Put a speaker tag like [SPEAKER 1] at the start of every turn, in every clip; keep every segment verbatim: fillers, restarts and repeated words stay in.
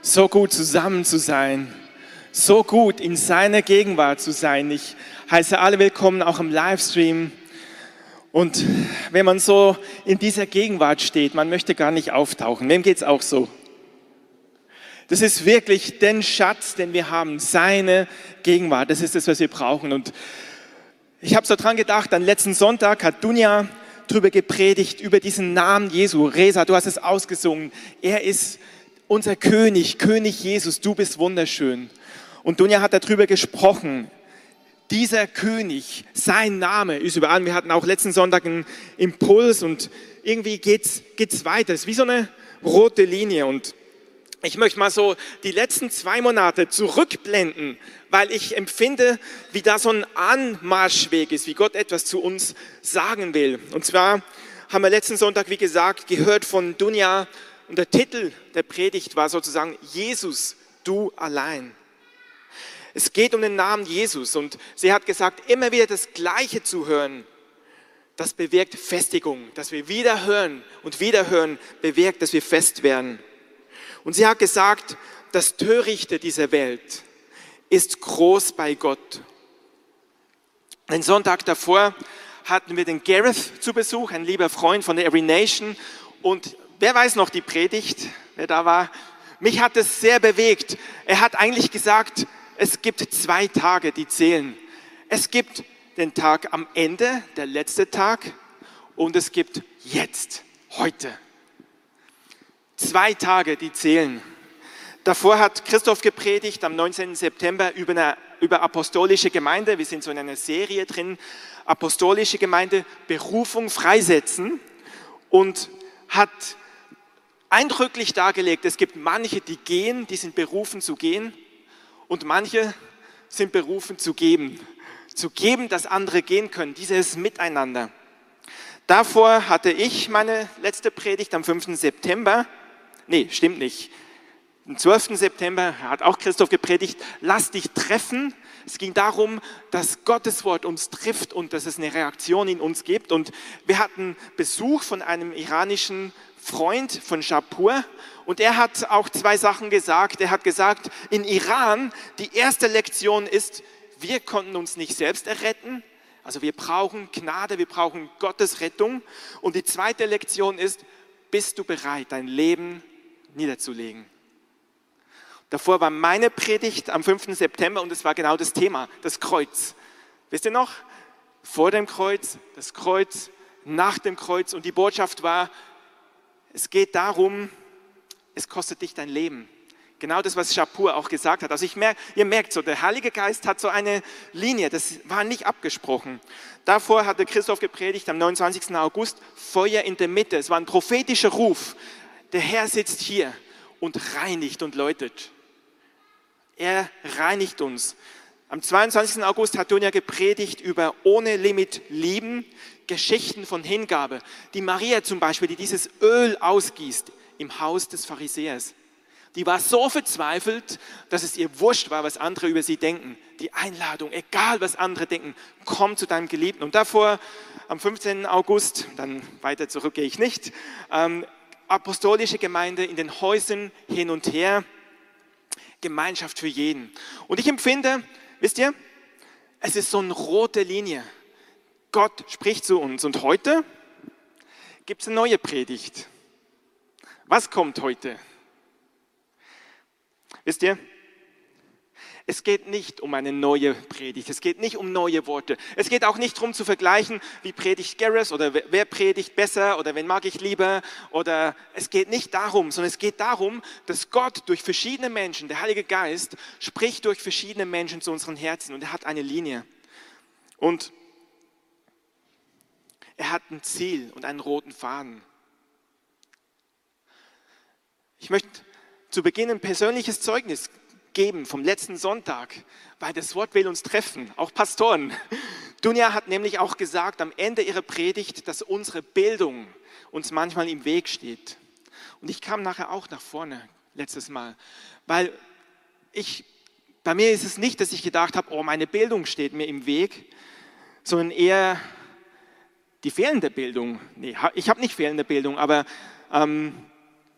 [SPEAKER 1] so gut zusammen zu sein, so gut in seiner Gegenwart zu sein. Ich heiße alle willkommen, auch im Livestream. Und wenn man so in dieser Gegenwart steht, man möchte gar nicht auftauchen. Wem geht es auch so? Das ist wirklich der Schatz, den wir haben, seine Gegenwart. Das ist das, was wir brauchen. Und ich habe so dran gedacht, am letzten Sonntag hat Dunja darüber gepredigt, über diesen Namen Jesu. Reza, du hast es ausgesungen. Er ist unser König, König Jesus, du bist wunderschön. Und Dunja hat darüber gesprochen. Dieser König, sein Name ist überall. Wir hatten auch letzten Sonntag einen Impuls und irgendwie geht's, geht's weiter. Es ist wie so eine rote Linie. Und ich möchte mal so die letzten zwei Monate zurückblenden, weil ich empfinde, wie da so ein Anmarschweg ist, wie Gott etwas zu uns sagen will. Und zwar haben wir letzten Sonntag, wie gesagt, gehört von Dunja und der Titel der Predigt war sozusagen Jesus, du allein. Es geht um den Namen Jesus und sie hat gesagt, immer wieder das Gleiche zu hören, das bewirkt Festigung. Dass wir wieder hören und wieder hören, bewirkt, dass wir fest werden. Und sie hat gesagt, das Törichte dieser Welt ist groß bei Gott. Den Sonntag davor hatten wir den Gareth zu Besuch, ein lieber Freund von der Every Nation. Und wer weiß noch die Predigt, wer da war? Mich hat es sehr bewegt. Er hat eigentlich gesagt, es gibt zwei Tage, die zählen. Es gibt den Tag am Ende, der letzte Tag, und es gibt jetzt, heute. Zwei Tage, die zählen. Davor hat Christoph gepredigt am neunzehnten September über eine über apostolische Gemeinde. Wir sind so in einer Serie drin, apostolische Gemeinde, Berufung freisetzen, und hat eindrücklich dargelegt, es gibt manche, die gehen, die sind berufen zu gehen, und manche sind berufen zu geben. Zu geben, dass andere gehen können, dieses Miteinander. Davor hatte ich meine letzte Predigt am fünften September. Nee, stimmt nicht. Am zwölften September hat auch Christoph gepredigt, lass dich treffen. Es ging darum, dass Gottes Wort uns trifft und dass es eine Reaktion in uns gibt. Und wir hatten Besuch von einem iranischen Freund von Shapur, und er hat auch zwei Sachen gesagt. Er hat gesagt, in Iran, die erste Lektion ist, wir konnten uns nicht selbst erretten. Also wir brauchen Gnade, wir brauchen Gottes Rettung. Und die zweite Lektion ist, bist du bereit, dein Leben niederzulegen? Davor war meine Predigt am fünften September und es war genau das Thema, das Kreuz. Wisst ihr noch? Vor dem Kreuz, das Kreuz, nach dem Kreuz, und die Botschaft war, es geht darum, es kostet dich dein Leben. Genau das, was Shapur auch gesagt hat. Also ich merke, ihr merkt so, der Heilige Geist hat so eine Linie, das war nicht abgesprochen. Davor hatte Christoph gepredigt am neunundzwanzigsten August, Feuer in der Mitte. Es war ein prophetischer Ruf. Der Herr sitzt hier und reinigt und läutet. Er reinigt uns. Am zweiundzwanzigsten August hat Dunja gepredigt über ohne Limit lieben, Geschichten von Hingabe. Die Maria zum Beispiel, die dieses Öl ausgießt im Haus des Pharisäers. Die war so verzweifelt, dass es ihr wurscht war, was andere über sie denken. Die Einladung, egal was andere denken, komm zu deinem Geliebten. Und davor, am fünfzehnten August, dann weiter zurück gehe ich nicht, ähm, apostolische Gemeinde in den Häusern hin und her, Gemeinschaft für jeden. Und ich empfinde, wisst ihr, es ist so eine rote Linie. Gott spricht zu uns. Und heute gibt es eine neue Predigt. Was kommt heute? Wisst ihr, es geht nicht um eine neue Predigt, es geht nicht um neue Worte. Es geht auch nicht darum zu vergleichen, wie predigt Gareth oder wer, wer predigt besser oder wen mag ich lieber. Oder es geht nicht darum, sondern es geht darum, dass Gott durch verschiedene Menschen, der Heilige Geist, spricht durch verschiedene Menschen zu unseren Herzen, und er hat eine Linie. Und er hat ein Ziel und einen roten Faden. Ich möchte zu Beginn ein persönliches Zeugnis geben vom letzten Sonntag, weil das Wort will uns treffen, auch Pastoren. Dunja hat nämlich auch gesagt am Ende ihrer Predigt, dass unsere Bildung uns manchmal im Weg steht. Und ich kam nachher auch nach vorne, letztes Mal, weil ich, bei mir ist es nicht, dass ich gedacht habe, oh, meine Bildung steht mir im Weg, sondern eher die fehlende Bildung. Nee, ich habe nicht fehlende Bildung, aber ähm,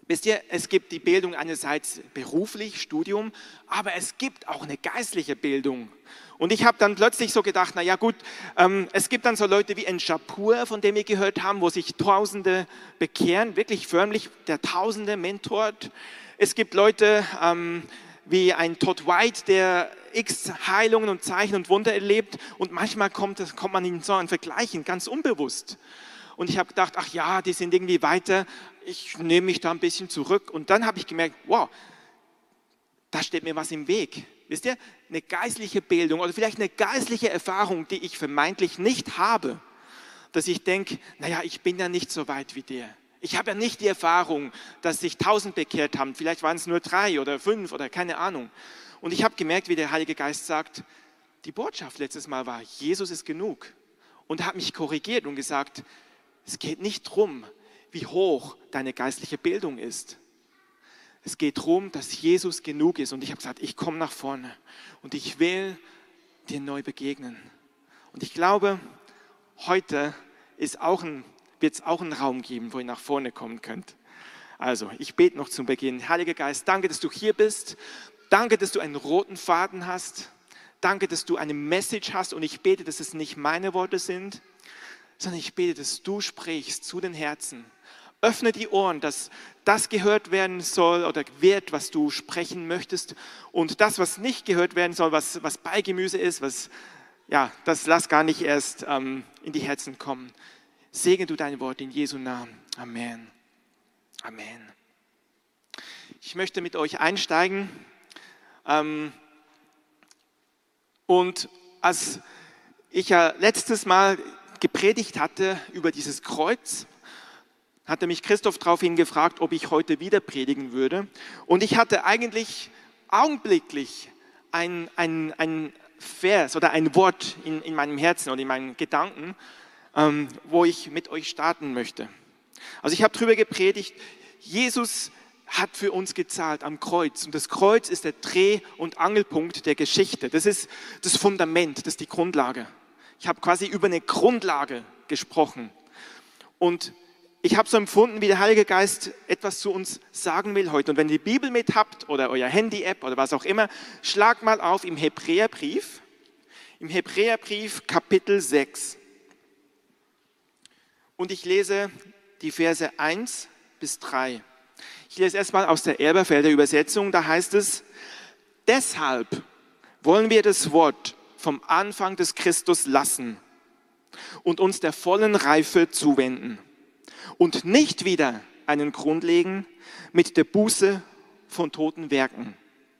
[SPEAKER 1] Wisst ihr, es gibt die Bildung einerseits beruflich, Studium, aber es gibt auch eine geistliche Bildung. Und ich habe dann plötzlich so gedacht, na ja gut, ähm, es gibt dann so Leute wie ein Shapur, von dem wir gehört haben, wo sich Tausende bekehren, wirklich förmlich der Tausende mentort. Es gibt Leute ähm, wie ein Todd White, der x Heilungen und Zeichen und Wunder erlebt und manchmal kommt, kommt man in so einen Vergleichen, ganz unbewusst. Und ich habe gedacht, ach ja, die sind irgendwie weiter, ich nehme mich da ein bisschen zurück. Und dann habe ich gemerkt, wow, da steht mir was im Weg. Wisst ihr, eine geistliche Bildung oder vielleicht eine geistliche Erfahrung, die ich vermeintlich nicht habe, dass ich denke, naja, ich bin ja nicht so weit wie der. Ich habe ja nicht die Erfahrung, dass sich tausend bekehrt haben, vielleicht waren es nur drei oder fünf oder keine Ahnung. Und ich habe gemerkt, wie der Heilige Geist sagt, die Botschaft letztes Mal war, Jesus ist genug. Und er hat mich korrigiert und gesagt, es geht nicht darum, wie hoch deine geistliche Bildung ist. Es geht darum, dass Jesus genug ist. Und ich habe gesagt, ich komme nach vorne und ich will dir neu begegnen. Und ich glaube, heute ist auch ein, wird es auch einen Raum geben, wo ihr nach vorne kommen könnt. Also, ich bete noch zum Beginn. Heiliger Geist, danke, dass du hier bist. Danke, dass du einen roten Faden hast. Danke, dass du eine Message hast. Und ich bete, dass es nicht meine Worte sind, sondern ich bete, dass du sprichst zu den Herzen. Öffne die Ohren, dass das gehört werden soll oder wird, was du sprechen möchtest. Und das, was nicht gehört werden soll, was, was Beigemüse ist, was, ja, das lass gar nicht erst ähm, in die Herzen kommen. Segne du dein Wort in Jesu Namen. Amen. Amen. Ich möchte mit euch einsteigen. Ähm, und als ich ja letztes Mal gepredigt hatte über dieses Kreuz, hatte mich Christoph daraufhin gefragt, ob ich heute wieder predigen würde. Und ich hatte eigentlich augenblicklich ein, ein, ein Vers oder ein Wort in, in meinem Herzen und in meinen Gedanken, ähm, wo ich mit euch starten möchte. Also ich habe darüber gepredigt, Jesus hat für uns gezahlt am Kreuz. Und das Kreuz ist der Dreh- und Angelpunkt der Geschichte. Das ist das Fundament, das ist die Grundlage. Ich habe quasi über eine Grundlage gesprochen. Und ich habe so empfunden, wie der Heilige Geist etwas zu uns sagen will heute. Und wenn ihr die Bibel mit habt oder euer Handy-App oder was auch immer, schlagt mal auf im Hebräerbrief. Im Hebräerbrief Kapitel sechs. Und ich lese die Verse eins bis drei. Ich lese erstmal aus der Elberfelder Übersetzung. Da heißt es, deshalb wollen wir das Wort vom Anfang des Christus lassen und uns der vollen Reife zuwenden und nicht wieder einen Grund legen mit der Buße von toten Werken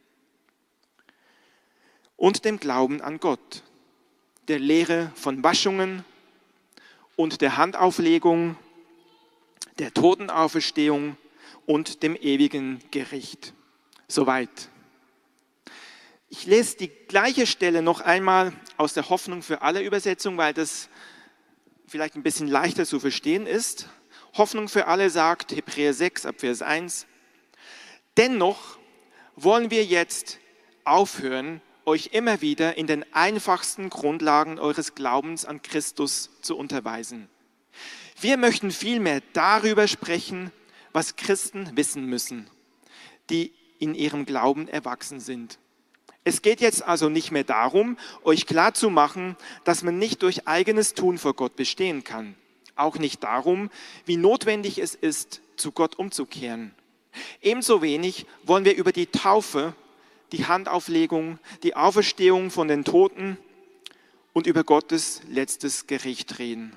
[SPEAKER 1] und dem Glauben an Gott, der Lehre von Waschungen und der Handauflegung, der Totenauferstehung und dem ewigen Gericht. Soweit. Ich lese die gleiche Stelle noch einmal aus der Hoffnung für alle Übersetzung, weil das vielleicht ein bisschen leichter zu verstehen ist. Hoffnung für alle sagt, Hebräer sechs ab Vers eins, dennoch wollen wir jetzt aufhören, euch immer wieder in den einfachsten Grundlagen eures Glaubens an Christus zu unterweisen. Wir möchten vielmehr darüber sprechen, was Christen wissen müssen, die in ihrem Glauben erwachsen sind. Es geht jetzt also nicht mehr darum, euch klarzumachen, dass man nicht durch eigenes Tun vor Gott bestehen kann. Auch nicht darum, wie notwendig es ist, zu Gott umzukehren. Ebenso wenig wollen wir über die Taufe, die Handauflegung, die Auferstehung von den Toten und über Gottes letztes Gericht reden.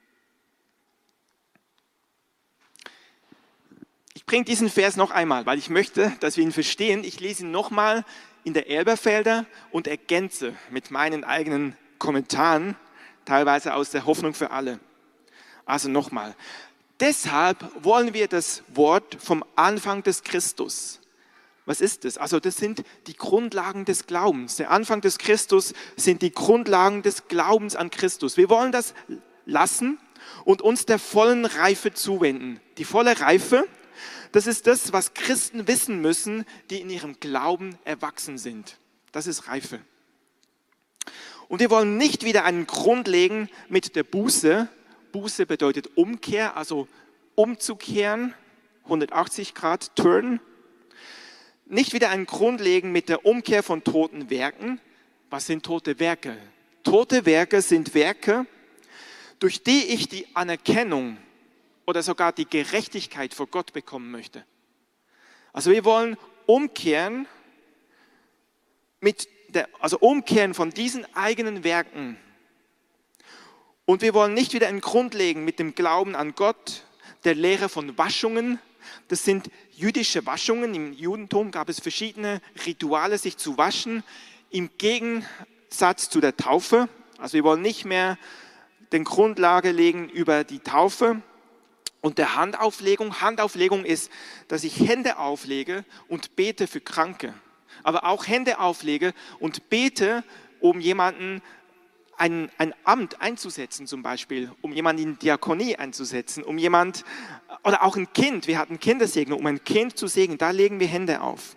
[SPEAKER 1] Ich bringe diesen Vers noch einmal, weil ich möchte, dass wir ihn verstehen. Ich lese ihn nochmal in der Elberfelder und ergänze mit meinen eigenen Kommentaren, teilweise aus der Hoffnung für alle. Also nochmal. Deshalb wollen wir das Wort vom Anfang des Christus. Was ist das? Also das sind die Grundlagen des Glaubens. Der Anfang des Christus sind die Grundlagen des Glaubens an Christus. Wir wollen das lassen und uns der vollen Reife zuwenden. Die volle Reife, das ist das, was Christen wissen müssen, die in ihrem Glauben erwachsen sind. Das ist Reife. Und wir wollen nicht wieder einen Grund legen mit der Buße. Buße bedeutet Umkehr, also umzukehren hundertachtzig Grad Turn. Nicht wieder einen Grund legen mit der Umkehr von toten Werken. Was sind tote Werke? Tote Werke sind Werke, durch die ich die Anerkennung oder sogar die Gerechtigkeit vor Gott bekommen möchte. Also wir wollen umkehren, mit der, also umkehren von diesen eigenen Werken. Und wir wollen nicht wieder einen Grund legen mit dem Glauben an Gott, der Lehre von Waschungen. Das sind jüdische Waschungen. Im Judentum gab es verschiedene Rituale, sich zu waschen, im Gegensatz zu der Taufe. Also wir wollen nicht mehr den Grundlage legen über die Taufe und der Handauflegung. Handauflegung ist, dass ich Hände auflege und bete für Kranke. Aber auch Hände auflege und bete, um jemanden ein, ein Amt einzusetzen zum Beispiel, um jemanden in Diakonie einzusetzen, um jemand, oder auch ein Kind, wir hatten Kindersegnung, um ein Kind zu segnen, da legen wir Hände auf.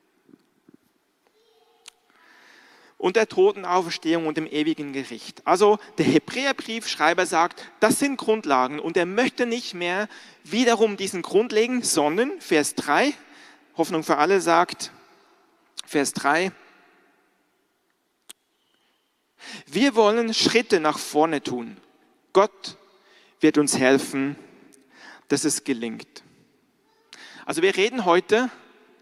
[SPEAKER 1] Und der Totenauferstehung und dem ewigen Gericht. Also der Hebräerbriefschreiber sagt, das sind Grundlagen und er möchte nicht mehr wiederum diesen Grund legen, sondern Vers drei, Hoffnung für alle sagt, Vers drei, wir wollen Schritte nach vorne tun. Gott wird uns helfen, dass es gelingt. Also wir reden heute,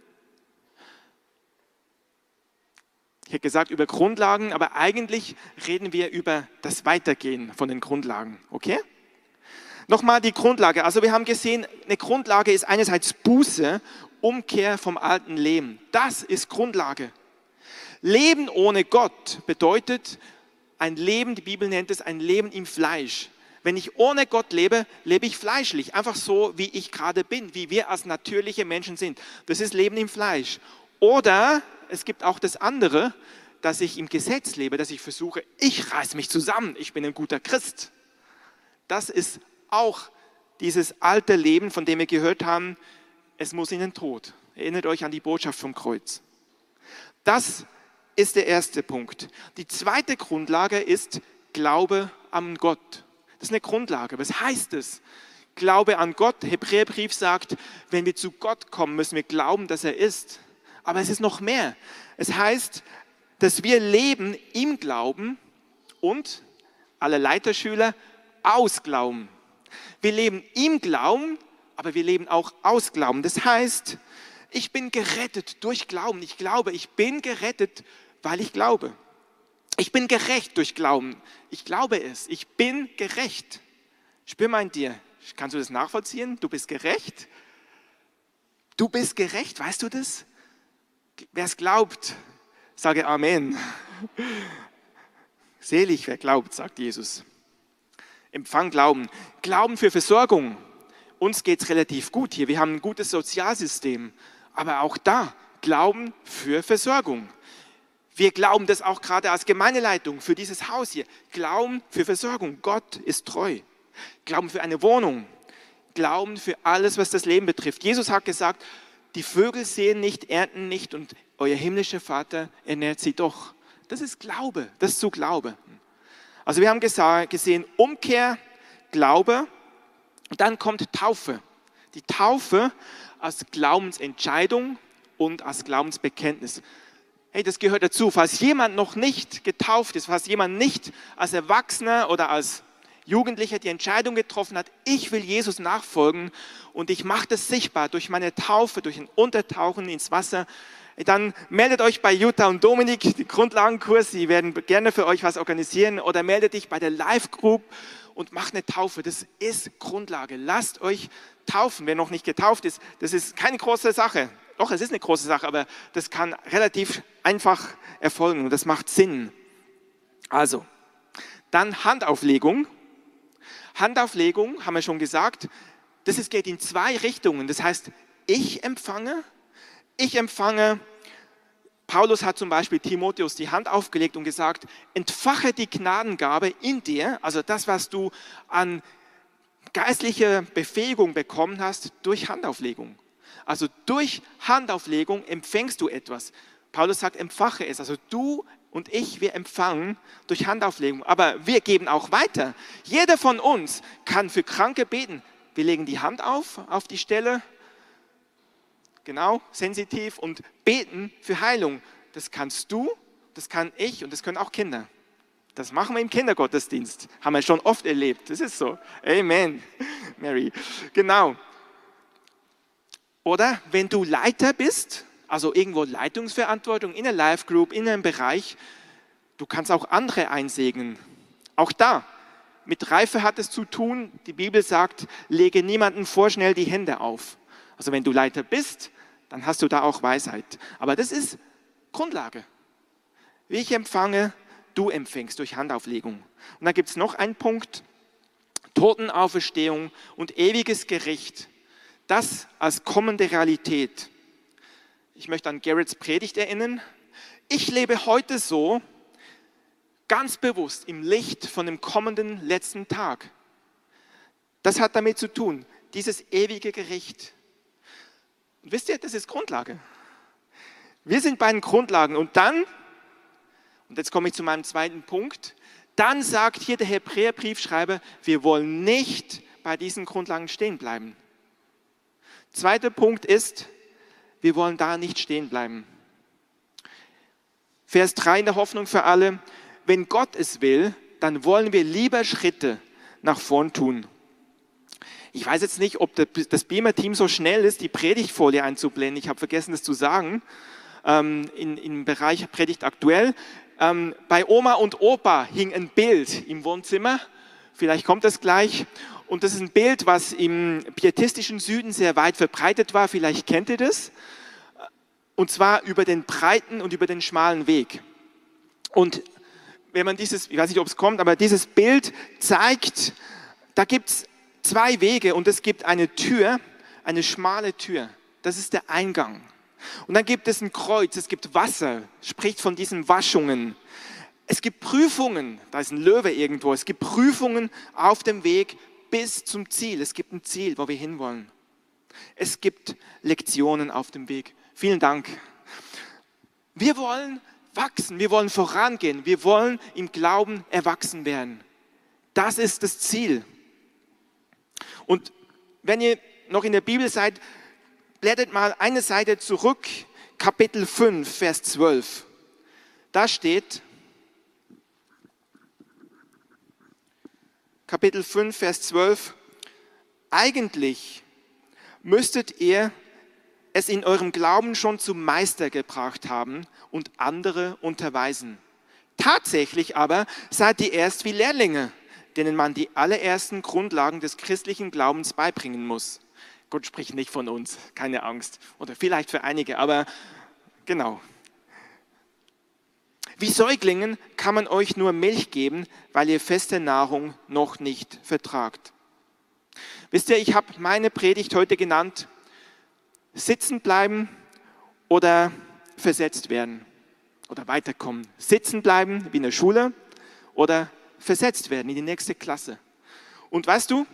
[SPEAKER 1] ich hätte gesagt über Grundlagen, aber eigentlich reden wir über das Weitergehen von den Grundlagen. Okay? Nochmal die Grundlage. Also wir haben gesehen, eine Grundlage ist einerseits Buße, Umkehr vom alten Leben. Das ist Grundlage. Leben ohne Gott bedeutet ein Leben, die Bibel nennt es ein Leben im Fleisch. Wenn ich ohne Gott lebe, lebe ich fleischlich, einfach so, wie ich gerade bin, wie wir als natürliche Menschen sind. Das ist Leben im Fleisch. Oder es gibt auch das andere, dass ich im Gesetz lebe, dass ich versuche, ich reiß mich zusammen, ich bin ein guter Christ. Das ist auch dieses alte Leben, von dem wir gehört haben, es muss in den Tod. Erinnert euch an die Botschaft vom Kreuz. Das ist der erste Punkt. Die zweite Grundlage ist Glaube an Gott. Das ist eine Grundlage. Was heißt es? Glaube an Gott. Der Hebräerbrief sagt, wenn wir zu Gott kommen, müssen wir glauben, dass er ist. Aber es ist noch mehr. Es heißt, dass wir leben im Glauben und, alle Leiterschüler, aus Glauben. Wir leben im Glauben, aber wir leben auch aus Glauben. Das heißt, ich bin gerettet durch Glauben. Ich glaube, ich bin gerettet, weil ich glaube. Ich bin gerecht durch Glauben. Ich glaube es. Ich bin gerecht. Spür mal in dir. Kannst du das nachvollziehen? Du bist gerecht? Du bist gerecht, weißt du das? Wer es glaubt, sage Amen. Selig, wer glaubt, sagt Jesus. Empfang Glauben. Glauben für Versorgung. Uns geht es relativ gut hier. Wir haben ein gutes Sozialsystem. Aber auch da, Glauben für Versorgung. Wir glauben das auch gerade als Gemeindeleitung für dieses Haus hier. Glauben für Versorgung. Gott ist treu. Glauben für eine Wohnung. Glauben für alles, was das Leben betrifft. Jesus hat gesagt, die Vögel sehen nicht, ernten nicht und euer himmlischer Vater ernährt sie doch. Das ist Glaube, das ist so Glaube. Also wir haben gesehen, Umkehr, Glaube, und dann kommt Taufe. Die Taufe als Glaubensentscheidung und als Glaubensbekenntnis. Hey, das gehört dazu. Falls jemand noch nicht getauft ist, falls jemand nicht als Erwachsener oder als Jugendlicher die Entscheidung getroffen hat, ich will Jesus nachfolgen und ich mache das sichtbar durch meine Taufe, durch ein Untertauchen ins Wasser, dann meldet euch bei Jutta und Dominik, die Grundlagenkurs, sie werden gerne für euch was organisieren, oder meldet dich bei der Live-Group und macht eine Taufe. Das ist Grundlage. Lasst euch taufen, wer noch nicht getauft ist. Das ist keine große Sache. Doch, es ist eine große Sache, aber das kann relativ einfach erfolgen und das macht Sinn. Also, dann Handauflegung. Handauflegung, haben wir schon gesagt, das ist, geht in zwei Richtungen. Das heißt, ich empfange, ich empfange, Paulus hat zum Beispiel Timotheus die Hand aufgelegt und gesagt, entfache die Gnadengabe in dir, also das, was du an geistlicher Befähigung bekommen hast, durch Handauflegung. Also durch Handauflegung empfängst du etwas. Paulus sagt, empfache es. Also du und ich, wir empfangen durch Handauflegung. Aber wir geben auch weiter. Jeder von uns kann für Kranke beten. Wir legen die Hand auf, auf die Stelle genau, sensitiv und beten für Heilung. Das kannst du, das kann ich und das können auch Kinder. Das machen wir im Kindergottesdienst. Haben wir schon oft erlebt. Das ist so. Amen. Mary. Genau. Oder wenn du Leiter bist, also irgendwo Leitungsverantwortung in einer Life Group, in einem Bereich, du kannst auch andere einsegnen. Auch da, mit Reife hat es zu tun. Die Bibel sagt, lege niemanden vorschnell die Hände auf. Also wenn du Leiter bist, dann hast du da auch Weisheit. Aber das ist Grundlage. Wie ich empfange, du empfängst durch Handauflegung. Und dann gibt es noch einen Punkt, Totenauferstehung und ewiges Gericht. Das als kommende Realität. Ich möchte an Garretts Predigt erinnern. Ich lebe heute so, ganz bewusst im Licht von dem kommenden letzten Tag. Das hat damit zu tun, dieses ewige Gericht. Und wisst ihr, das ist Grundlage. Wir sind bei den Grundlagen und dann, und jetzt komme ich zu meinem zweiten Punkt, dann sagt hier der Hebräerbriefschreiber, wir wollen nicht bei diesen Grundlagen stehen bleiben. Zweiter Punkt ist, wir wollen da nicht stehen bleiben. Vers drei in der Hoffnung für alle, wenn Gott es will, dann wollen wir lieber Schritte nach vorn tun. Ich weiß jetzt nicht, ob das Beamer-Team so schnell ist, die Predigtfolie einzublenden. Ich habe vergessen, das zu sagen, ähm, in, im Bereich Predigt aktuell. Ähm, bei Oma und Opa hing ein Bild im Wohnzimmer, vielleicht kommt das gleich. Und das ist ein Bild, was im pietistischen Süden sehr weit verbreitet war, vielleicht kennt ihr das. Und zwar über den breiten und über den schmalen Weg. Und wenn man dieses, ich weiß nicht, ob es kommt, aber dieses Bild zeigt, da gibt es zwei Wege und es gibt eine Tür, eine schmale Tür. Das ist der Eingang. Und dann gibt es ein Kreuz, es gibt Wasser, spricht von diesen Waschungen. Es gibt Prüfungen, da ist ein Löwe irgendwo, es gibt Prüfungen auf dem Weg bis zum Ziel. Es gibt ein Ziel, wo wir hinwollen. Es gibt Lektionen auf dem Weg. Vielen Dank. Wir wollen wachsen, wir wollen vorangehen, wir wollen im Glauben erwachsen werden. Das ist das Ziel. Und wenn ihr noch in der Bibel seid, blättert mal eine Seite zurück, Kapitel fünf, Vers zwölf. Da steht, Kapitel fünf, Vers zwölf, eigentlich müsstet ihr es in eurem Glauben schon zum Meister gebracht haben und andere unterweisen. Tatsächlich aber seid ihr erst wie Lehrlinge, denen man die allerersten Grundlagen des christlichen Glaubens beibringen muss. Gott spricht nicht von uns, keine Angst. Oder vielleicht für einige, aber genau. Wie Säuglingen kann man euch nur Milch geben, weil ihr feste Nahrung noch nicht vertragt. Wisst ihr, ich habe meine Predigt heute genannt, sitzen bleiben oder versetzt werden oder weiterkommen. Sitzen bleiben wie in der Schule oder versetzt werden in die nächste Klasse. Und weißt du,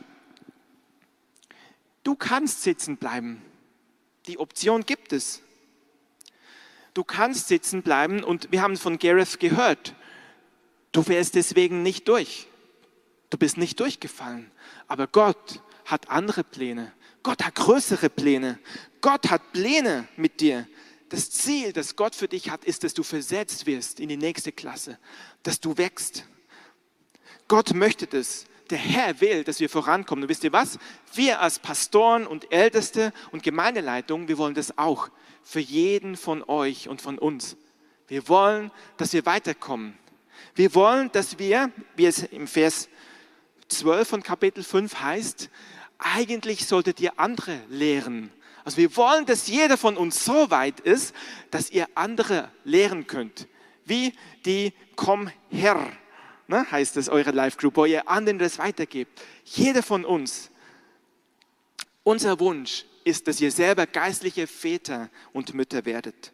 [SPEAKER 1] du kannst sitzen bleiben. Die Option gibt es. Du kannst sitzen bleiben und wir haben von Gareth gehört, du fährst deswegen nicht durch. Du bist nicht durchgefallen. Aber Gott hat andere Pläne. Gott hat größere Pläne. Gott hat Pläne mit dir. Das Ziel, das Gott für dich hat, ist, dass du versetzt wirst in die nächste Klasse, dass du wächst. Gott möchte das. Der Herr will, dass wir vorankommen. Und wisst ihr was? Wir als Pastoren und Älteste und Gemeindeleitung, wir wollen das auch für jeden von euch und von uns. Wir wollen, dass wir weiterkommen. Wir wollen, dass wir, wie es im Vers zwölf von Kapitel fünf heißt, eigentlich solltet ihr andere lehren. Also wir wollen, dass jeder von uns so weit ist, dass ihr andere lehren könnt. Wie die Komm her, ne, heißt es, eure Life Group, wo ihr anderen das weitergebt. Jeder von uns. Unser Wunsch ist, dass ihr selber geistliche Väter und Mütter werdet.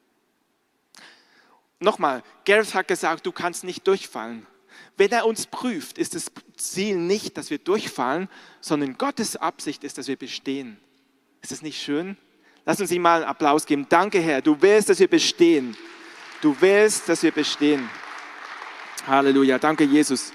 [SPEAKER 1] Nochmal, Gareth hat gesagt, du kannst nicht durchfallen. Wenn er uns prüft, ist das Ziel nicht, dass wir durchfallen, sondern Gottes Absicht ist, dass wir bestehen. Ist das nicht schön? Lass uns ihm mal einen Applaus geben. Danke, Herr. Du willst, dass wir bestehen. Du willst, dass wir bestehen. Halleluja. Danke, Jesus.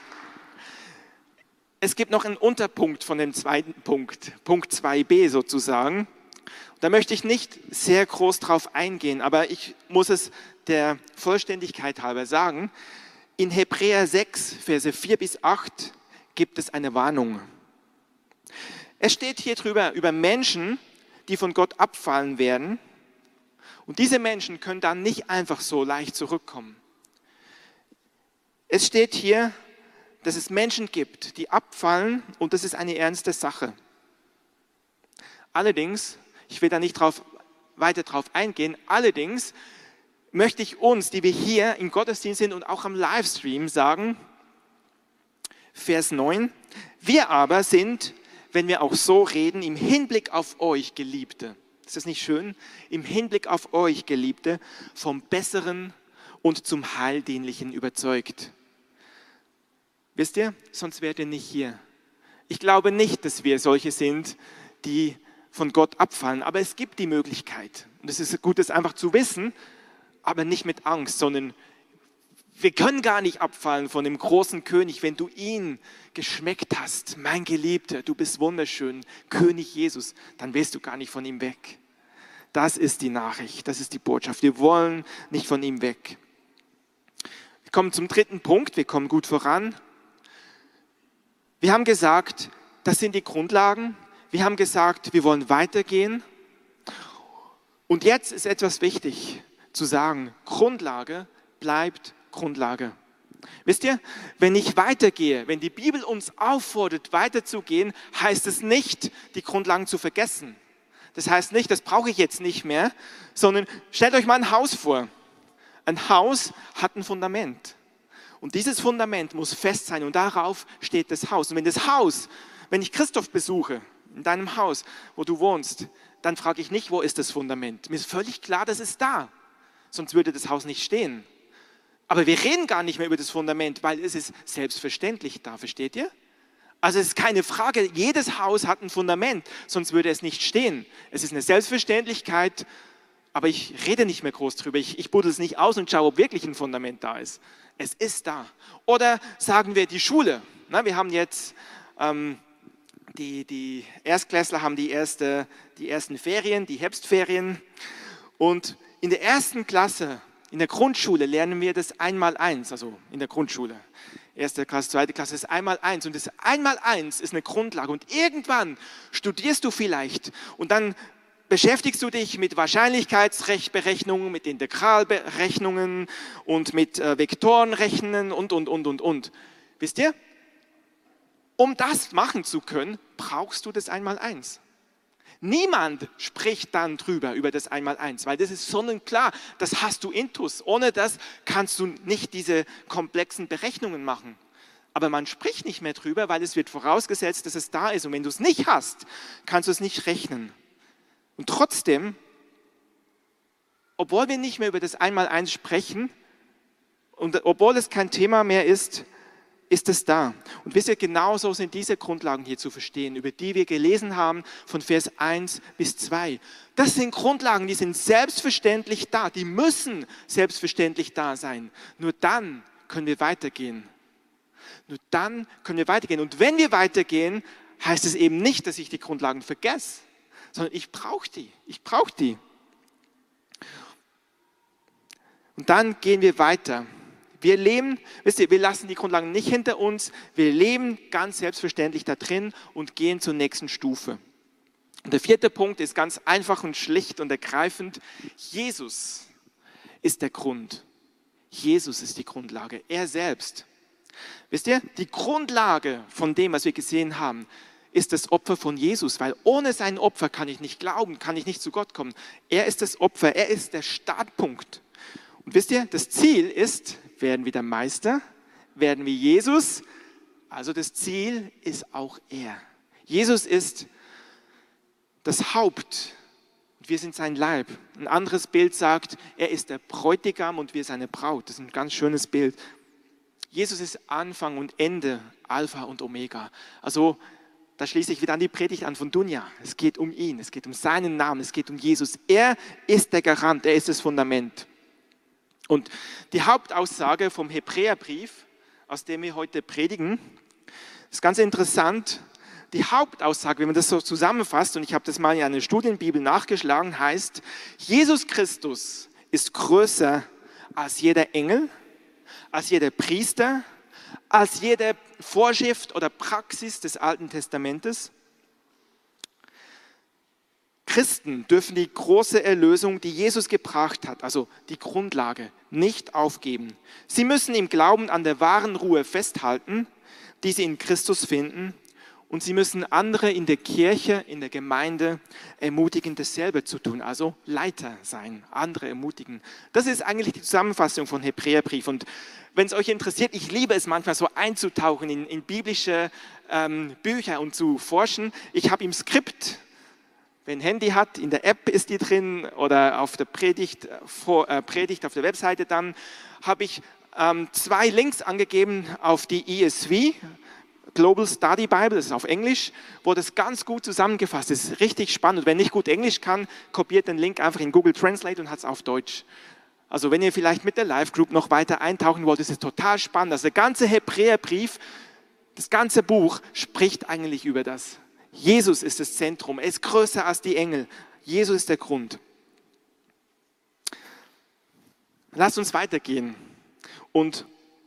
[SPEAKER 1] Es gibt noch einen Unterpunkt von dem zweiten Punkt, Punkt zwei b sozusagen. Da möchte ich nicht sehr groß drauf eingehen, aber ich muss es der Vollständigkeit halber sagen. In Hebräer sechs, Verse vier bis acht gibt es eine Warnung. Es steht hier drüber über Menschen, die von Gott abfallen werden. Und diese Menschen können dann nicht einfach so leicht zurückkommen. Es steht hier, dass es Menschen gibt, die abfallen und das ist eine ernste Sache. Allerdings, ich will da nicht drauf, weiter drauf eingehen, allerdings möchte ich uns, die wir hier im Gottesdienst sind und auch am Livestream sagen, Vers neun, wir aber sind, wenn wir auch so reden, im Hinblick auf euch, Geliebte. Ist das nicht schön? Im Hinblick auf euch, Geliebte, vom Besseren und zum Heildienlichen überzeugt. Wisst ihr, sonst wärt ihr nicht hier. Ich glaube nicht, dass wir solche sind, die von Gott abfallen, aber es gibt die Möglichkeit. Und es ist gut, das einfach zu wissen, aber nicht mit Angst, sondern wir können gar nicht abfallen von dem großen König, wenn du ihn geschmeckt hast. Mein Geliebter, du bist wunderschön, König Jesus, dann willst du gar nicht von ihm weg. Das ist die Nachricht, das ist die Botschaft. Wir wollen nicht von ihm weg. Wir kommen zum dritten Punkt, wir kommen gut voran. Wir haben gesagt, das sind die Grundlagen. Wir haben gesagt, wir wollen weitergehen. Und jetzt ist etwas wichtig zu sagen. Grundlage bleibt Grundlage. Wisst ihr, wenn ich weitergehe, wenn die Bibel uns auffordert, weiterzugehen, heißt es nicht, die Grundlagen zu vergessen. Das heißt nicht, das brauche ich jetzt nicht mehr, sondern stellt euch mal ein Haus vor. Ein Haus hat ein Fundament. Und dieses Fundament muss fest sein und darauf steht das Haus. Und wenn das Haus, wenn ich Christoph besuche, in deinem Haus, wo du wohnst, dann frage ich nicht, wo ist das Fundament. Mir ist völlig klar, das ist da. Sonst würde das Haus nicht stehen. Aber wir reden gar nicht mehr über das Fundament, weil es ist selbstverständlich da, versteht ihr? Also es ist keine Frage, jedes Haus hat ein Fundament, sonst würde es nicht stehen. Es ist eine Selbstverständlichkeit, aber ich rede nicht mehr groß drüber. Ich, ich buddel es nicht aus und schaue, ob wirklich ein Fundament da ist. Es ist da. Oder sagen wir die Schule. Na, wir haben jetzt, ähm, die, die Erstklässler haben die, erste, die ersten Ferien, die Herbstferien. Und in der ersten Klasse, in der Grundschule lernen wir das Einmaleins, also in der Grundschule. Erste Klasse, zweite Klasse ist Einmaleins und das Einmaleins ist eine Grundlage und irgendwann studierst du vielleicht und dann beschäftigst du dich mit Wahrscheinlichkeitsberechnungen, mit Integralberechnungen und mit äh, Vektorenrechnen und, und, und, und, und. Wisst ihr, um das machen zu können, brauchst du das Einmaleins. Niemand spricht dann drüber, über das Einmaleins, weil das ist sonnenklar, das hast du intus. Ohne das kannst du nicht diese komplexen Berechnungen machen. Aber man spricht nicht mehr drüber, weil es wird vorausgesetzt, dass es da ist. Und wenn du es nicht hast, kannst du es nicht rechnen. Und trotzdem, obwohl wir nicht mehr über das Einmaleins sprechen und obwohl es kein Thema mehr ist, ist es da. Und wisst ihr, genauso sind diese Grundlagen hier zu verstehen, über die wir gelesen haben, von Vers eins bis zwei. Das sind Grundlagen, die sind selbstverständlich da, die müssen selbstverständlich da sein. Nur dann können wir weitergehen. Nur dann können wir weitergehen. Und wenn wir weitergehen, heißt es eben nicht, dass ich die Grundlagen vergesse, sondern ich brauche die. Ich brauche die. Und dann gehen wir weiter. Wir leben, wisst ihr, wir lassen die Grundlagen nicht hinter uns. Wir leben ganz selbstverständlich da drin und gehen zur nächsten Stufe. Und der vierte Punkt ist ganz einfach und schlicht und ergreifend. Jesus ist der Grund. Jesus ist die Grundlage. Er selbst. Wisst ihr, die Grundlage von dem, was wir gesehen haben, ist das Opfer von Jesus, weil ohne sein Opfer kann ich nicht glauben, kann ich nicht zu Gott kommen. Er ist das Opfer, er ist der Startpunkt. Und wisst ihr, das Ziel ist, werden wir der Meister, werden wir Jesus, also das Ziel ist auch er. Jesus ist das Haupt und wir sind sein Leib. Ein anderes Bild sagt, er ist der Bräutigam und wir seine Braut. Das ist ein ganz schönes Bild. Jesus ist Anfang und Ende, Alpha und Omega. Also da schließe ich wieder an die Predigt an von Dunja. Es geht um ihn, es geht um seinen Namen, es geht um Jesus. Er ist der Garant, er ist das Fundament. Und die Hauptaussage vom Hebräerbrief, aus dem wir heute predigen, ist ganz interessant. die Hauptaussage, wenn man das so zusammenfasst, und ich habe das mal in einer Studienbibel nachgeschlagen, heißt, Jesus Christus ist größer als jeder Engel, als jeder Priester, als jede Vorschrift oder Praxis des Alten Testamentes. Christen dürfen die große Erlösung, die Jesus gebracht hat, also die Grundlage, nicht aufgeben. Sie müssen im Glauben an der wahren Ruhe festhalten, die sie in Christus finden, und sie müssen andere in der Kirche, in der Gemeinde ermutigen, dasselbe zu tun, also Leiter sein, andere ermutigen. Das ist eigentlich die Zusammenfassung von Hebräerbrief. Und wenn es euch interessiert, ich liebe es manchmal so einzutauchen in, in biblische ähm, Bücher und zu forschen. Ich habe im Skript, wer ein Handy hat, in der App ist die drin oder auf der Predigt, vor, äh, Predigt auf der Webseite dann, habe ich ähm, zwei Links angegeben auf die E S V, Global Study Bible, das ist auf Englisch, wo das ganz gut zusammengefasst ist. Das ist richtig spannend. Und wer nicht gut Englisch kann, kopiert den Link einfach in Google Translate und hat es auf Deutsch. Also wenn ihr vielleicht mit der Live-Group noch weiter eintauchen wollt, ist es total spannend. Also der ganze Hebräerbrief, das ganze Buch spricht eigentlich über das. Jesus ist das Zentrum, er ist größer als die Engel. Jesus ist der Grund. Lasst uns weitergehen. Und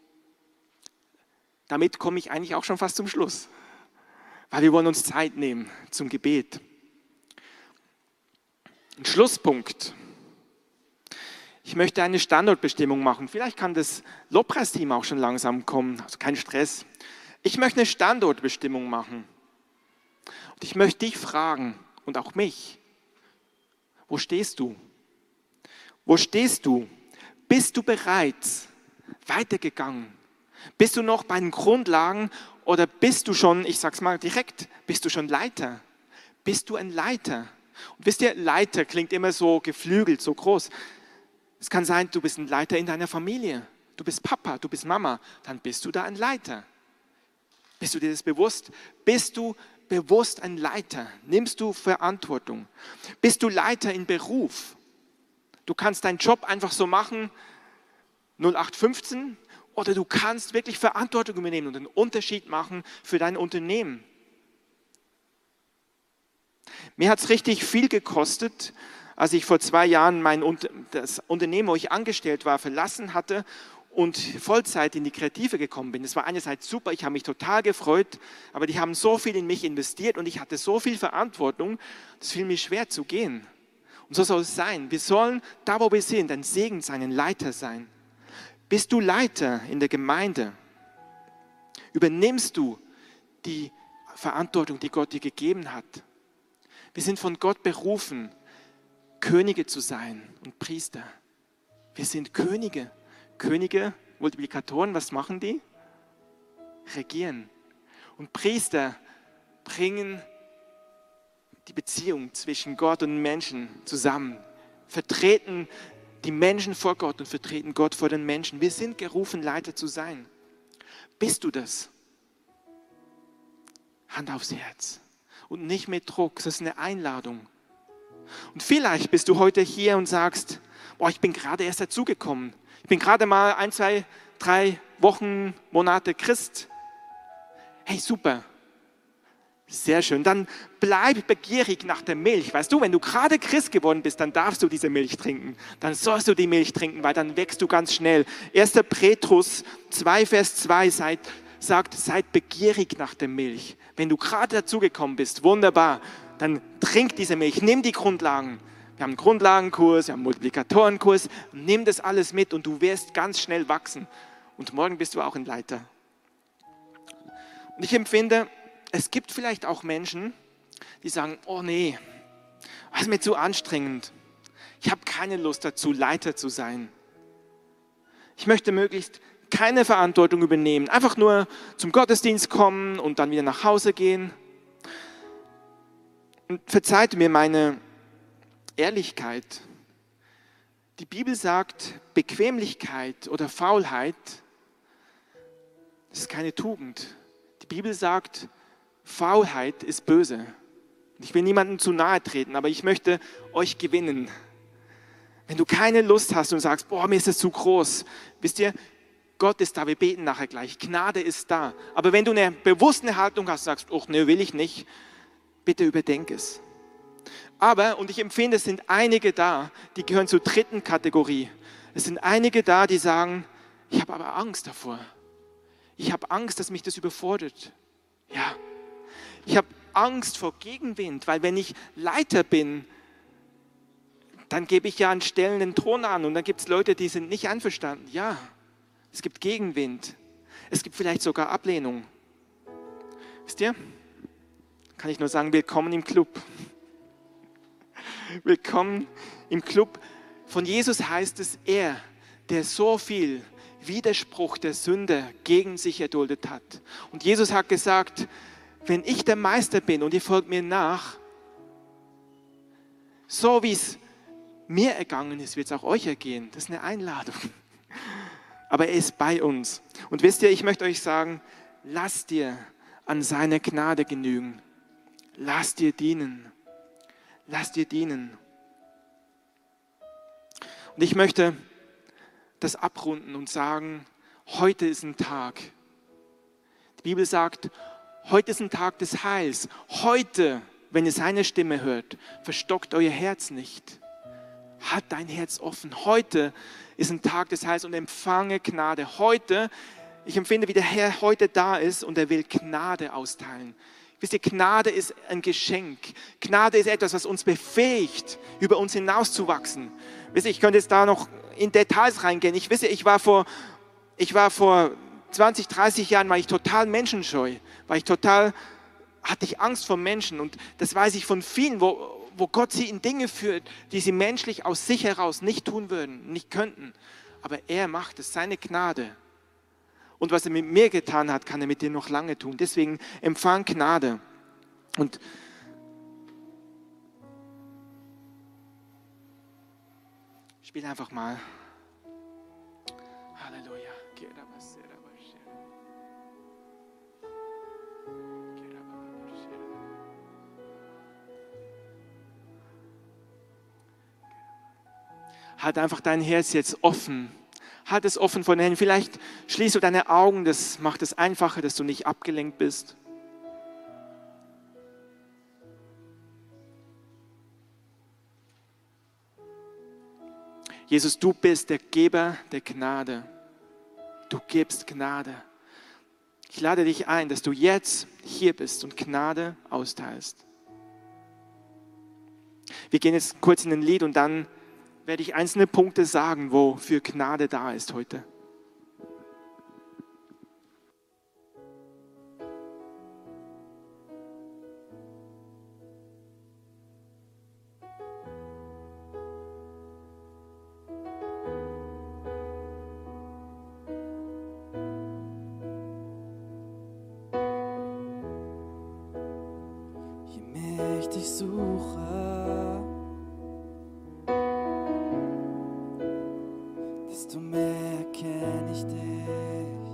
[SPEAKER 1] damit komme ich eigentlich auch schon fast zum Schluss, weil wir wollen uns Zeit nehmen zum Gebet. Ein Schlusspunkt. Ich möchte eine Standortbestimmung machen. Vielleicht kann das Lobpreisteam auch schon langsam kommen, also kein Stress. Ich möchte eine Standortbestimmung machen. Und ich möchte dich fragen und auch mich, wo stehst du? Wo stehst du? Bist du bereits weitergegangen? Bist du noch bei den Grundlagen oder bist du schon, ich sag's mal direkt, bist du schon Leiter? Bist du ein Leiter? Und wisst ihr, Leiter klingt immer so geflügelt, so groß. Es kann sein, du bist ein Leiter in deiner Familie. Du bist Papa, du bist Mama, dann bist du da ein Leiter. Bist du dir das bewusst? Bist du bewusst ein Leiter? Nimmst du Verantwortung? Bist du Leiter in Beruf? Du kannst deinen Job einfach so machen, null acht fünfzehn, oder du kannst wirklich Verantwortung übernehmen und einen Unterschied machen für dein Unternehmen. Mir hat es richtig viel gekostet, als ich vor zwei Jahren mein das Unternehmen, wo ich angestellt war, verlassen hatte und Vollzeit in die Kreative gekommen bin. Das war einerseits super, ich habe mich total gefreut, aber die haben so viel in mich investiert und ich hatte so viel Verantwortung, es fiel mir schwer zu gehen. Und so soll es sein. Wir sollen, da wo wir sind, ein Segen sein, ein Leiter sein. Bist du Leiter in der Gemeinde? Übernimmst du die Verantwortung, die Gott dir gegeben hat? Wir sind von Gott berufen, Könige zu sein und Priester. Wir sind Könige. Könige, Multiplikatoren, was machen die? Regieren. Und Priester bringen die Beziehung zwischen Gott und Menschen zusammen, vertreten die Menschen vor Gott und vertreten Gott vor den Menschen. Wir sind gerufen, Leiter zu sein. Bist du das? Hand aufs Herz. Und nicht mit Druck, das ist eine Einladung. Und vielleicht bist du heute hier und sagst, boah, ich bin gerade erst dazugekommen. Ich bin gerade mal ein, zwei, drei Wochen, Monate Christ. Hey, super. Sehr schön. Dann bleib begierig nach der Milch. Weißt du, wenn du gerade Christ geworden bist, dann darfst du diese Milch trinken. Dann sollst du die Milch trinken, weil dann wächst du ganz schnell. erster Petrus zwei, Vers zwei seid, sagt, seid begierig nach der Milch. Wenn du gerade dazugekommen bist, wunderbar, dann trink diese Milch, nimm die Grundlagen. Wir haben einen Grundlagenkurs, wir haben einen Multiplikatorenkurs, nimm das alles mit und du wirst ganz schnell wachsen. Und morgen bist du auch ein Leiter. Und ich empfinde, es gibt vielleicht auch Menschen, die sagen, oh nee, das ist mir zu anstrengend. Ich habe keine Lust dazu, Leiter zu sein. Ich möchte möglichst keine Verantwortung übernehmen, einfach nur zum Gottesdienst kommen und dann wieder nach Hause gehen. Und verzeiht mir meine Ehrlichkeit. Die Bibel sagt, Bequemlichkeit oder Faulheit, das ist keine Tugend. Die Bibel sagt, Faulheit ist böse. Ich will niemandem zu nahe treten, aber ich möchte euch gewinnen. Wenn du keine Lust hast und sagst, boah, mir ist das zu groß, wisst ihr, Gott ist da, wir beten nachher gleich. Gnade ist da. Aber wenn du eine bewusste Haltung hast, sagst, oh, ne, will ich nicht, bitte überdenk es. Aber, und ich empfinde, es sind einige da, die gehören zur dritten Kategorie. Es sind einige da, die sagen, ich habe aber Angst davor. Ich habe Angst, dass mich das überfordert. Ja, ich habe Angst vor Gegenwind, weil wenn ich Leiter bin, dann gebe ich ja einen stellenden Ton an und dann gibt es Leute, die sind nicht einverstanden. Ja, es gibt Gegenwind. Es gibt vielleicht sogar Ablehnung. Wisst ihr? Kann ich nur sagen, willkommen im Club. Willkommen im Club. Von Jesus heißt es, er, der so viel Widerspruch der Sünde gegen sich erduldet hat. Und Jesus hat gesagt, wenn ich der Meister bin und ihr folgt mir nach, so wie es mir ergangen ist, wird es auch euch ergehen. Das ist eine Einladung. Aber er ist bei uns. Und wisst ihr, ich möchte euch sagen, lass dir an seiner Gnade genügen. Lass dir dienen. Lass dir dienen. Und ich möchte das abrunden und sagen, heute ist ein Tag. Die Bibel sagt, heute ist ein Tag des Heils. Heute, wenn ihr seine Stimme hört, verstockt euer Herz nicht. Halt dein Herz offen. Heute ist ein Tag des Heils und empfange Gnade. Heute, ich empfinde, wie der Herr heute da ist und er will Gnade austeilen. Wisst ihr, Gnade ist ein Geschenk. Gnade ist etwas, was uns befähigt, über uns hinauszuwachsen. Wisst ihr, ich könnte jetzt da noch in Details reingehen. Ich wisse, ich war vor, ich war vor zwanzig, dreißig Jahren, war ich total menschenscheu. War ich total, hatte ich Angst vor Menschen. Und das weiß ich von vielen, wo, wo Gott sie in Dinge führt, die sie menschlich aus sich heraus nicht tun würden, nicht könnten. Aber er macht es, seine Gnade. Und was er mit mir getan hat, kann er mit dir noch lange tun. Deswegen empfang Gnade. Und spiel einfach mal. Halleluja. Halt einfach dein Herz jetzt offen. Halt es offen von den Händen. Vielleicht schließt du deine Augen, das macht es einfacher, dass du nicht abgelenkt bist. Jesus, du bist der Geber der Gnade. Du gibst Gnade. Ich lade dich ein, dass du jetzt hier bist und Gnade austeilst. Wir gehen jetzt kurz in ein Lied und dann werde ich einzelne Punkte sagen, wofür Gnade da ist heute.
[SPEAKER 2] Je mehr ich dich suche, desto mehr erkenne ich dich.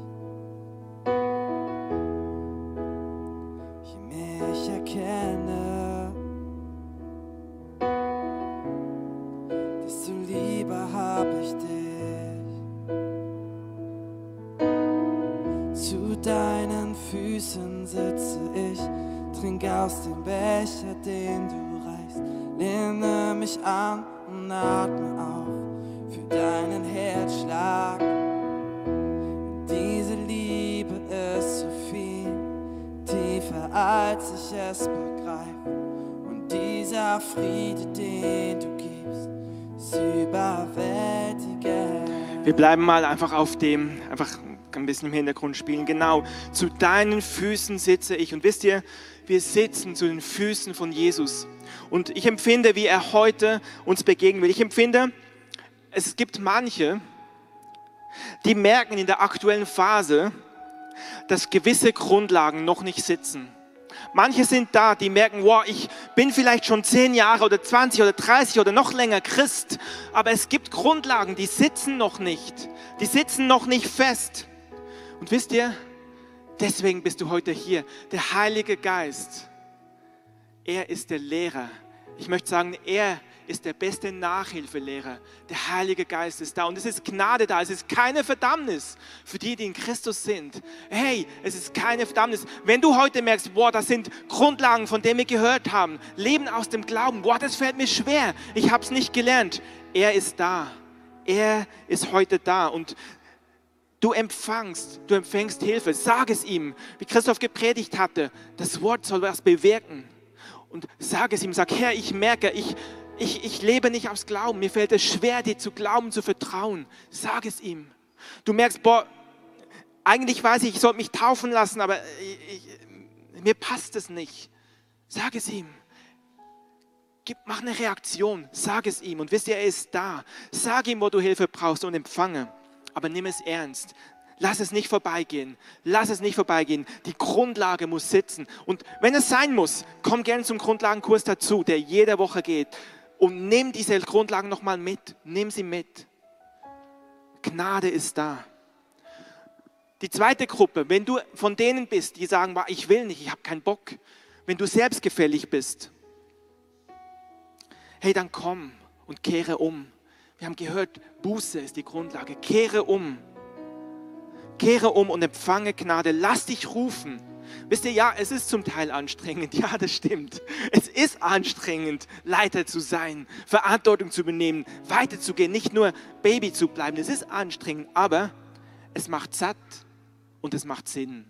[SPEAKER 2] Je mehr ich erkenne, desto lieber hab ich dich. Zu deinen Füßen sitze ich, trink aus dem Becher, den du reichst. Lehne mich an und atme auf für deinen Herzschlag. Diese Liebe ist so viel tiefer, als ich es begreife. Und dieser Friede, den du gibst, ist überwältigend.
[SPEAKER 1] Wir bleiben mal einfach auf dem, einfach ein bisschen im Hintergrund spielen. Genau, zu deinen Füßen sitze ich. Und wisst ihr, wir sitzen zu den Füßen von Jesus. Und ich empfinde, wie er heute uns begegnen will. Ich empfinde, es gibt manche, die merken in der aktuellen Phase, dass gewisse Grundlagen noch nicht sitzen. Manche sind da, die merken, wow, ich bin vielleicht schon zehn Jahre oder zwanzig oder dreißig oder noch länger Christ, aber es gibt Grundlagen, die sitzen noch nicht. Die sitzen noch nicht fest. Und wisst ihr, deswegen bist du heute hier. Der Heilige Geist, er ist der Lehrer. Ich möchte sagen, er ist der beste Nachhilfelehrer. Der Heilige Geist ist da und es ist Gnade da. Es ist keine Verdammnis für die, die in Christus sind. Hey, es ist keine Verdammnis. Wenn du heute merkst, boah, das sind Grundlagen, von denen wir gehört haben, Leben aus dem Glauben, boah, das fällt mir schwer, ich habe es nicht gelernt. Er ist da. Er ist heute da und du empfangst, du empfängst Hilfe. Sag es ihm, wie Christoph gepredigt hatte. Das Wort soll was bewirken. Und sag es ihm, sag, Herr, ich merke, ich, ich, ich lebe nicht aus Glauben. Mir fällt es schwer, dir zu glauben, zu vertrauen. Sag es ihm. Du merkst, boah, eigentlich weiß ich, ich sollte mich taufen lassen, aber ich, ich, mir passt es nicht. Sag es ihm. Gib, mach eine Reaktion. Sag es ihm. Und wisst ihr, er ist da. Sag ihm, wo du Hilfe brauchst und empfange. Aber nimm es ernst. Lass es nicht vorbeigehen. Lass es nicht vorbeigehen. Die Grundlage muss sitzen. Und wenn es sein muss, komm gerne zum Grundlagenkurs dazu, der jede Woche geht. Und nimm diese Grundlagen nochmal mit. Nimm sie mit. Gnade ist da. Die zweite Gruppe, wenn du von denen bist, die sagen, ich will nicht, ich habe keinen Bock. Wenn du selbstgefällig bist, hey, dann komm und kehre um. Wir haben gehört, Buße ist die Grundlage. Kehre um. Kehre um und empfange Gnade. Lass dich rufen. Wisst ihr, ja, es ist zum Teil anstrengend. Ja, das stimmt. Es ist anstrengend, Leiter zu sein, Verantwortung zu übernehmen, weiterzugehen, nicht nur Baby zu bleiben. Es ist anstrengend, aber es macht satt und es macht Sinn.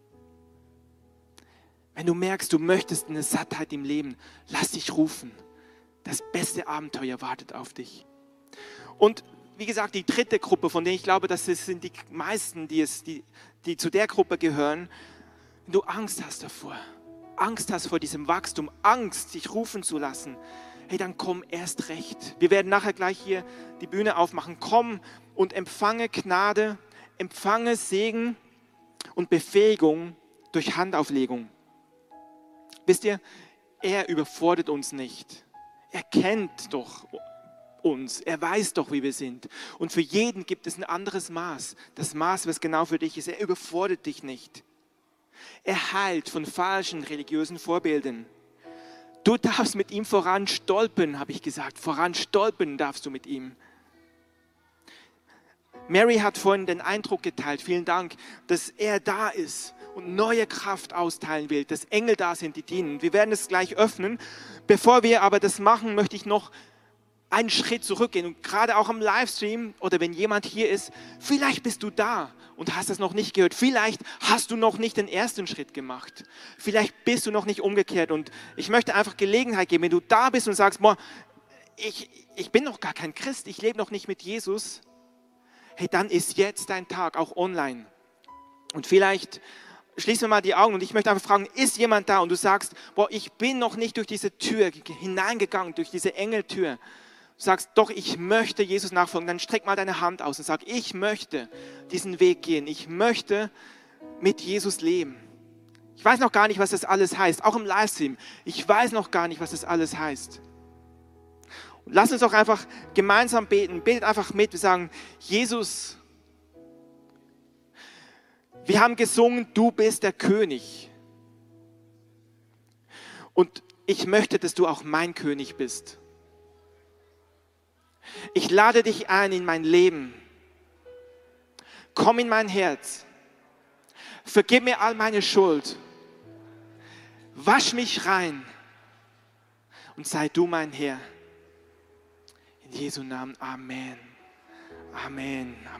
[SPEAKER 1] Wenn du merkst, du möchtest eine Sattheit im Leben, lass dich rufen. Das beste Abenteuer wartet auf dich. Und wie gesagt, die dritte Gruppe, von der ich glaube, dass es sind die meisten, die, es, die, die zu der Gruppe gehören, wenn du Angst hast davor, Angst hast vor diesem Wachstum, Angst, dich rufen zu lassen, hey, dann komm erst recht. Wir werden nachher gleich hier die Bühne aufmachen. Komm und empfange Gnade, empfange Segen und Befähigung durch Handauflegung. Wisst ihr, er überfordert uns nicht. Er kennt doch uns. Er weiß doch, wie wir sind. Und für jeden gibt es ein anderes Maß. Das Maß, was genau für dich ist. Er überfordert dich nicht. Er heilt von falschen religiösen Vorbildern. Du darfst mit ihm voran stolpern, habe ich gesagt. Voran stolpern darfst du mit ihm. Mary hat vorhin den Eindruck geteilt, vielen Dank, dass er da ist und neue Kraft austeilen will, dass Engel da sind, die dienen. Wir werden es gleich öffnen. Bevor wir aber das machen, möchte ich noch einen Schritt zurückgehen und gerade auch am Livestream oder wenn jemand hier ist, vielleicht bist du da und hast das noch nicht gehört. Vielleicht hast du noch nicht den ersten Schritt gemacht. Vielleicht bist du noch nicht umgekehrt und ich möchte einfach Gelegenheit geben, wenn du da bist und sagst, boah, ich, ich bin noch gar kein Christ, ich lebe noch nicht mit Jesus. Hey, dann ist jetzt dein Tag, auch online. Und vielleicht schließen wir mal die Augen und ich möchte einfach fragen, ist jemand da und du sagst, boah, ich bin noch nicht durch diese Tür hineingegangen, durch diese Engeltür. Du sagst, doch, ich möchte Jesus nachfolgen, dann streck mal deine Hand aus und sag, ich möchte diesen Weg gehen. Ich möchte mit Jesus leben. Ich weiß noch gar nicht, was das alles heißt, auch im Livestream. Ich weiß noch gar nicht, was das alles heißt. Und lass uns doch einfach gemeinsam beten. Betet einfach mit. Wir sagen, Jesus, wir haben gesungen, du bist der König. Und ich möchte, dass du auch mein König bist. Ich lade dich ein in mein Leben. Komm in mein Herz. Vergib mir all meine Schuld. Wasch mich rein. Und sei du mein Herr. In Jesu Namen. Amen. Amen. Amen.